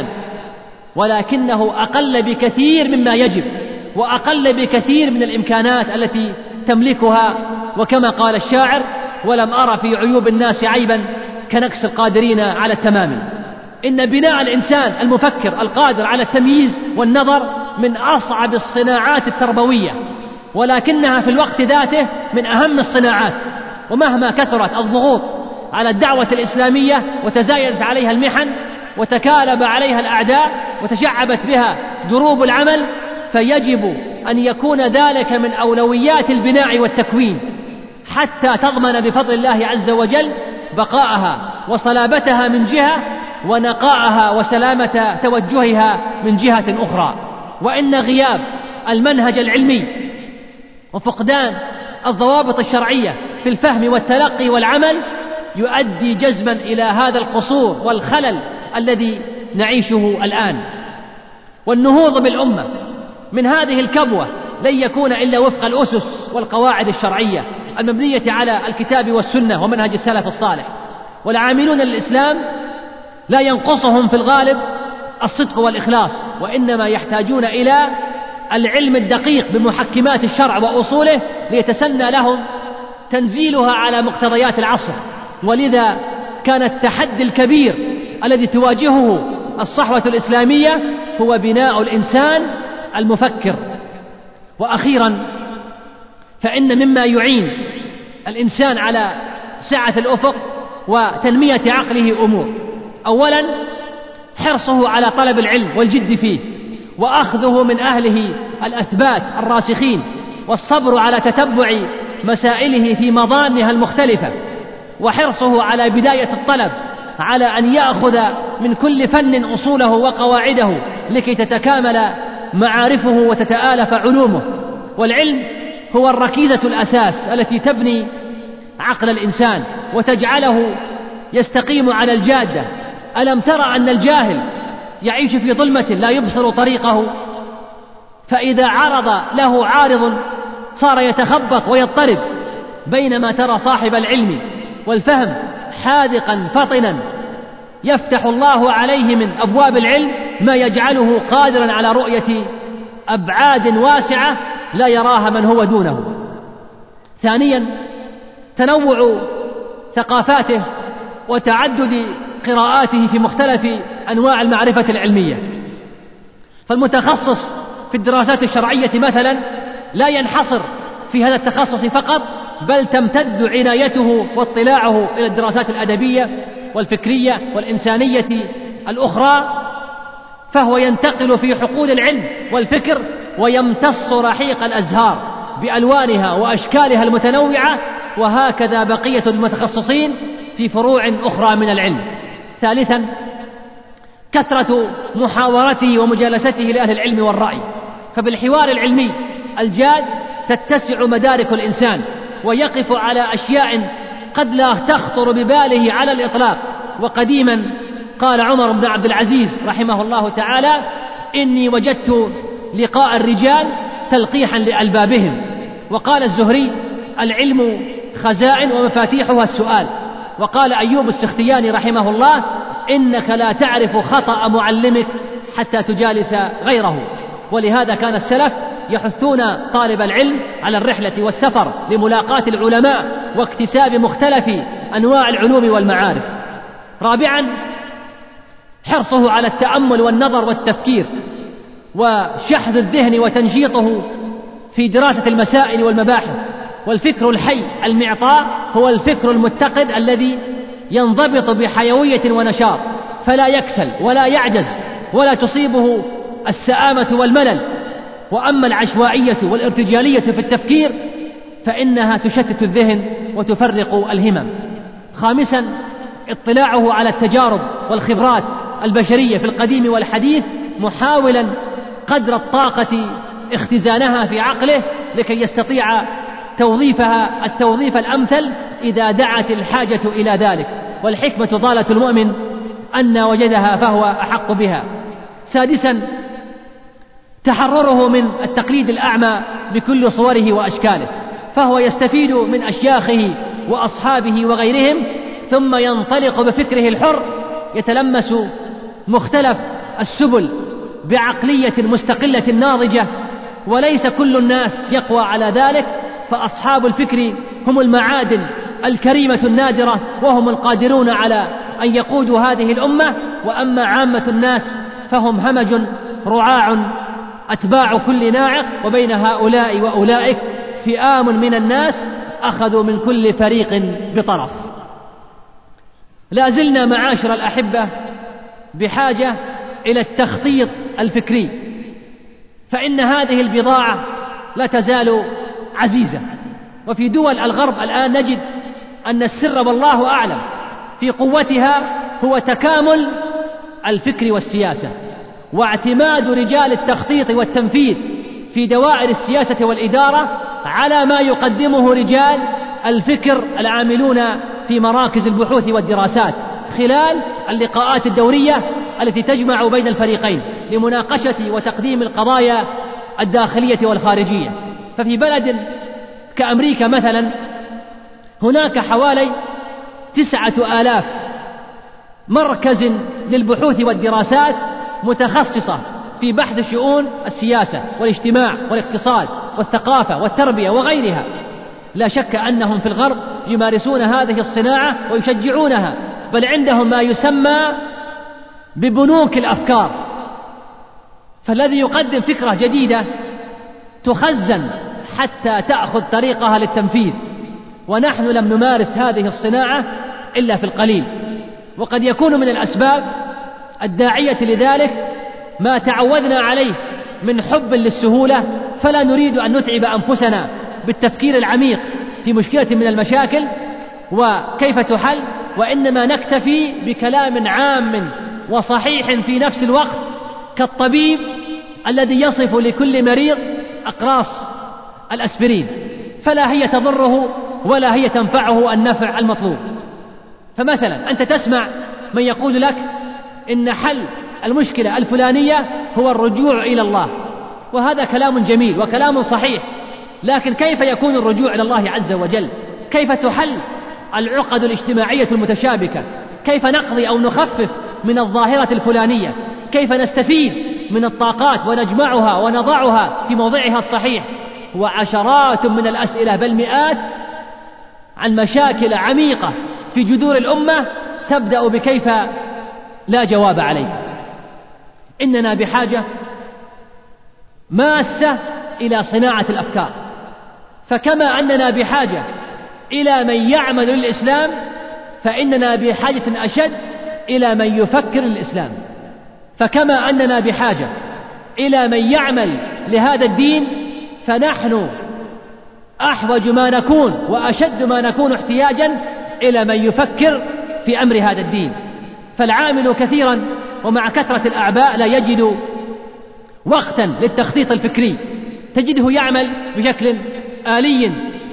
ولكنه أقل بكثير مما يجب وأقل بكثير من الإمكانات التي تملكها. وكما قال الشاعر: ولم أرى في عيوب الناس عيبا كنقص القادرين على التمام. إن بناء الإنسان المفكر القادر على التمييز والنظر من أصعب الصناعات التربوية، ولكنها في الوقت ذاته من أهم الصناعات. ومهما كثرت الضغوط على الدعوة الإسلامية وتزايدت عليها المحن وتكالب عليها الأعداء وتشعبت بها دروب العمل، فيجب أن يكون ذلك من أولويات البناء والتكوين حتى تضمن بفضل الله عز وجل بقاءها وصلابتها من جهة، ونقاءها وسلامة توجهها من جهة أخرى. وإن غياب المنهج العلمي وفقدان الضوابط الشرعية في الفهم والتلقي والعمل يؤدي جزما إلى هذا القصور والخلل الذي نعيشه الآن. والنهوض بالأمة من هذه الكبوة لن يكون إلا وفق الأسس والقواعد الشرعية المبنية على الكتاب والسنة ومنهج السلف الصالح. والعاملون للإسلام لا ينقصهم في الغالب الصدق والإخلاص، وإنما يحتاجون إلى العلم الدقيق بمحكمات الشرع وأصوله ليتسنى لهم تنزيلها على مقتضيات العصر. ولذا كان التحدي الكبير الذي تواجهه الصحوة الإسلامية هو بناء الإنسان المفكر. وأخيرا، فإن مما يعين الإنسان على سعة الأفق وتنمية عقله أمور: أولا حرصه على طلب العلم والجد فيه، وأخذه من أهله الأثبات الراسخين، والصبر على تتبع مسائله في مضانها المختلفة، وحرصه على بداية الطلب على أن يأخذ من كل فن أصوله وقواعده لكي تتكامل معارفه وتتآلف علومه. والعلم هو الركيزة الأساس التي تبني عقل الإنسان وتجعله يستقيم على الجادة. ألم ترى أن الجاهل يعيش في ظلمة لا يبصر طريقه، فإذا عرض له عارض صار يتخبط ويضطرب، بينما ترى صاحب العلم والفهم حاذقا فطنا يفتح الله عليه من أبواب العلم ما يجعله قادرا على رؤية أبعاد واسعة لا يراها من هو دونه. ثانيا تنوع ثقافاته وتعدد قراءاته في مختلف أنواع المعرفة العلمية. فالمتخصص في الدراسات الشرعية مثلا لا ينحصر في هذا التخصص فقط، بل تمتد عنايته واطلاعه إلى الدراسات الأدبية والفكرية والإنسانية الأخرى، فهو ينتقل في حقول العلم والفكر ويمتص رحيق الأزهار بألوانها وأشكالها المتنوعة، وهكذا بقية المتخصصين في فروع أخرى من العلم. ثالثا كثرة محاورته ومجالسته لأهل العلم والرأي، فبالحوار العلمي الجاد تتسع مدارك الإنسان ويقف على أشياء قد لا تخطر بباله على الإطلاق. وقديما قال عمر بن عبد العزيز رحمه الله تعالى: إني وجدت لقاء الرجال تلقيحا لألبابهم. وقال الزهري: العلم خزائن ومفاتيحها السؤال. وقال أيوب السختياني رحمه الله: إنك لا تعرف خطأ معلمك حتى تجالس غيره. ولهذا كان السلف يحثون طالب العلم على الرحلة والسفر لملاقاة العلماء واكتساب مختلف أنواع العلوم والمعارف. رابعا حرصه على التأمل والنظر والتفكير وشحذ الذهن وتنشيطه في دراسة المسائل والمباحث. والفكر الحي المعطاء هو الفكر المتقد الذي ينضبط بحيوية ونشاط، فلا يكسل ولا يعجز ولا تصيبه السآمة والملل. وأما العشوائية والارتجالية في التفكير فإنها تشتت الذهن وتفرق الهمم. خامسا اطلاعه على التجارب والخبرات البشرية في القديم والحديث، محاولا قدر الطاقة اختزانها في عقله لكي يستطيع توظيفها التوظيف الأمثل إذا دعت الحاجة إلى ذلك. والحكمة ضالة المؤمن أن وجدها فهو أحق بها. سادسا تحرره من التقليد الأعمى بكل صوره وأشكاله، فهو يستفيد من أشياخه وأصحابه وغيرهم، ثم ينطلق بفكره الحر يتلمس مختلف السبل بعقلية مستقلة ناضجة. وليس كل الناس يقوى على ذلك، فأصحاب الفكر هم المعادن الكريمة النادرة، وهم القادرون على أن يقودوا هذه الأمة. وأما عامة الناس فهم همج رعاع أتباع كل ناعق، وبين هؤلاء وأولئك فئام من الناس أخذوا من كل فريق بطرف. لا زلنا معاشر الأحبة بحاجة إلى التخطيط الفكري، فإن هذه البضاعة لا تزال عزيزة. وفي دول الغرب الآن نجد أن السر والله أعلم في قوتها هو تكامل الفكر والسياسة، واعتماد رجال التخطيط والتنفيذ في دوائر السياسة والإدارة على ما يقدمه رجال الفكر العاملون في مراكز البحوث والدراسات خلال اللقاءات الدورية التي تجمع بين الفريقين لمناقشة وتقديم القضايا الداخلية والخارجية. ففي بلد كأمريكا مثلا هناك حوالي 9,000 مركز للبحوث والدراسات متخصصة في بحث شؤون السياسة والاجتماع والاقتصاد والثقافة والتربية وغيرها. لا شك أنهم في الغرب يمارسون هذه الصناعة ويشجعونها، بل عندهم ما يسمى ببنوك الأفكار، فالذي يقدم فكرة جديدة تخزن حتى تأخذ طريقها للتنفيذ، ونحن لم نمارس هذه الصناعة إلا في القليل. وقد يكون من الأسباب الداعية لذلك ما تعودنا عليه من حب للسهولة، فلا نريد أن نتعب أنفسنا بالتفكير العميق في مشكلة من المشاكل وكيف تحل، وإنما نكتفي بكلام عام وصحيح في نفس الوقت، كالطبيب الذي يصف لكل مريض أقراص الأسبرين، فلا هي تضره ولا هي تنفعه النفع المطلوب. فمثلا أنت تسمع من يقول لك إن حل المشكلة الفلانية هو الرجوع إلى الله، وهذا كلام جميل وكلام صحيح، لكن كيف يكون الرجوع إلى الله عز وجل؟ كيف تحل العقد الاجتماعية المتشابكة؟ كيف نقضي أو نخفف من الظاهرة الفلانية؟ كيف نستفيد من الطاقات ونجمعها ونضعها في موضعها الصحيح؟ وعشرات من الأسئلة بل مئات عن مشاكل عميقة في جذور الأمة تبدأ بكيف لا جواب عليه. إننا بحاجة ماسة إلى صناعة الأفكار، فكما أننا بحاجة إلى من يعمل للإسلام، فإننا بحاجة أشد إلى من يفكر للإسلام. فكما أننا بحاجة إلى من يعمل لهذا الدين، فنحن أحوج ما نكون وأشد ما نكون احتياجا إلى من يفكر في أمر هذا الدين. فالعامل كثيرا ومع كثرة الأعباء لا يجد وقتا للتخطيط الفكري، تجده يعمل بشكل آلي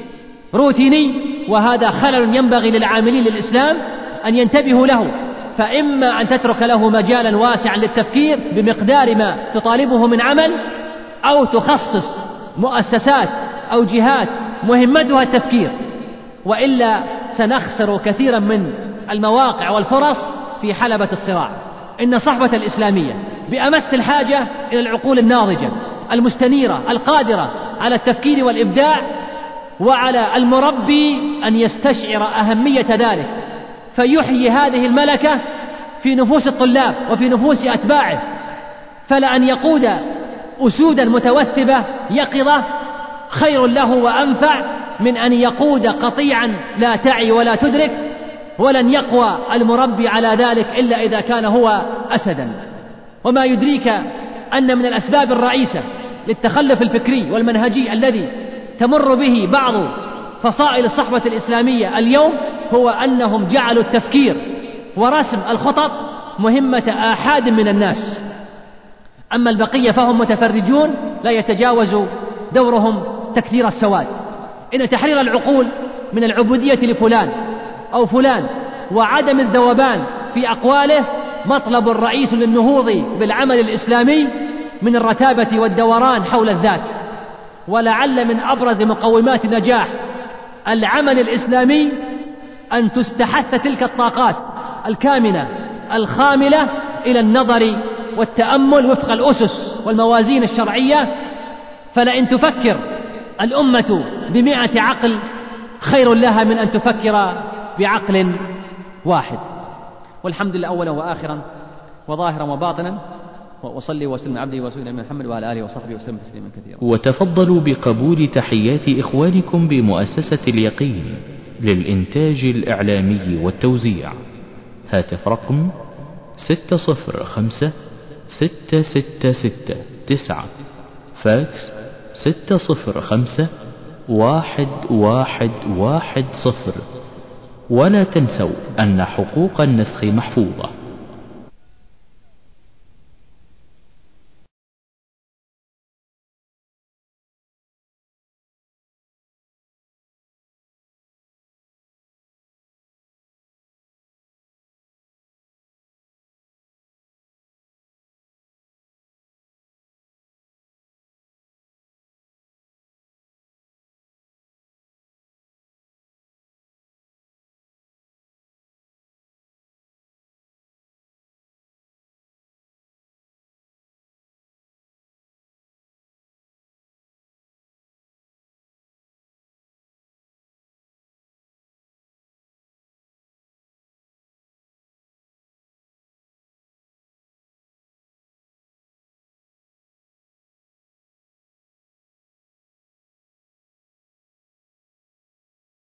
روتيني، وهذا خلل ينبغي للعاملين للإسلام أن ينتبهوا له. فإما أن تترك له مجالا واسعا للتفكير بمقدار ما تطالبه من عمل، أو تخصص مؤسسات أو جهات مهمتها التفكير، وإلا سنخسر كثيرا من المواقع والفرص في حلبة الصراع. إن صحبة الإسلامية بأمس الحاجة إلى العقول الناضجة المستنيرة القادرة على التفكير والإبداع، وعلى المربي أن يستشعر أهمية ذلك، فيحيي هذه الملكة في نفوس الطلاب وفي نفوس أتباعه. فلأن يقود أسودا متوثبة يقظة خير له وأنفع من أن يقود قطيعا لا تعي ولا تدرك، ولن يقوى المربي على ذلك إلا إذا كان هو أسدا. وما يدريك أن من الأسباب الرئيسة للتخلف الفكري والمنهجي الذي تمر به بعض فصائل الصحبة الإسلامية اليوم هو أنهم جعلوا التفكير ورسم الخطط مهمة آحاد من الناس، أما البقية فهم متفرجون لا يتجاوز دورهم تكثير السواد. إن تحرير العقول من العبودية لفلان أو فلان وعدم الذوبان في أقواله مطلب رئيس للنهوض بالعمل الإسلامي من الرتابة والدوران حول الذات. ولعل من أبرز مقومات نجاح العمل الإسلامي أن تستحث تلك الطاقات الكامنة الخاملة إلى النظر والتأمل وفق الأسس والموازين الشرعية. فلئن تفكر الأمة ب100 عقل خير لها من أن تفكر بعقل واحد. والحمد لله أولا وآخرا وظاهرا وباطنا، وصلي وسلم عبده ورسوله محمد وعلى آله وصحبه وسلم تسليما كثيرا. وتفضلوا بقبول تحيات إخوانكم بمؤسسة اليقين للإنتاج الإعلامي والتوزيع. هاتف رقم 605-666-9، فاكس 605-1110. ولا تنسوا أن حقوق النسخ محفوظة.